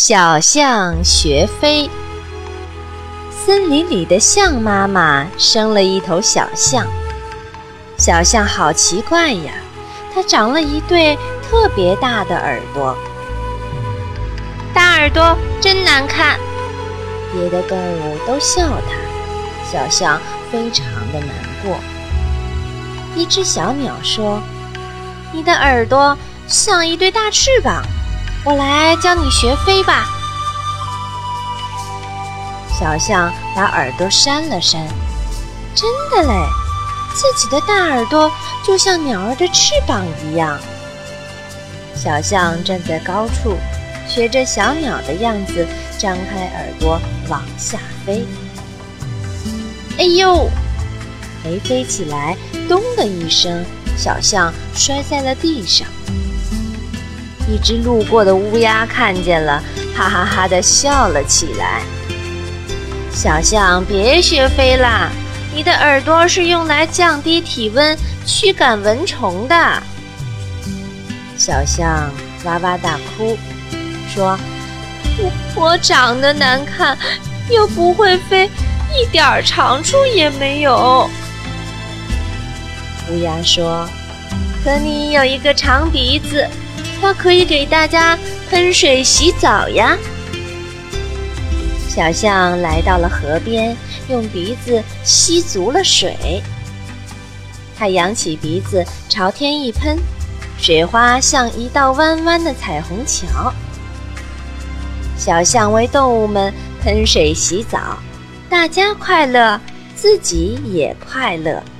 小象学飞。森林里的象妈妈生了一头小象，小象好奇怪呀，它长了一对特别大的耳朵。 大耳朵真难看， 别的动物都笑它，小象非常的难过。一只小鸟说：“你的耳朵像一对大翅膀，我来教你学飞吧。”小象把耳朵扇了扇，真的嘞，自己的大耳朵就像鸟儿的翅膀一样。小象站在高处，学着小鸟的样子，张开耳朵往下飞。哎呦！没飞起来，咚的一声，小象摔在了地上。一只路过的乌鸦看见了，哈哈哈地笑了起来。小象，别学飞啦，你的耳朵是用来降低体温、驱赶蚊虫的。小象哇哇大哭，说：“我长得难看，又不会飞，一点长处也没有。”乌鸦说：“可你有一个长鼻子，它可以给大家喷水洗澡呀。”小象来到了河边，用鼻子吸足了水。它扬起鼻子朝天一喷，水花像一道弯弯的彩虹桥。小象为动物们喷水洗澡，大家快乐，自己也快乐。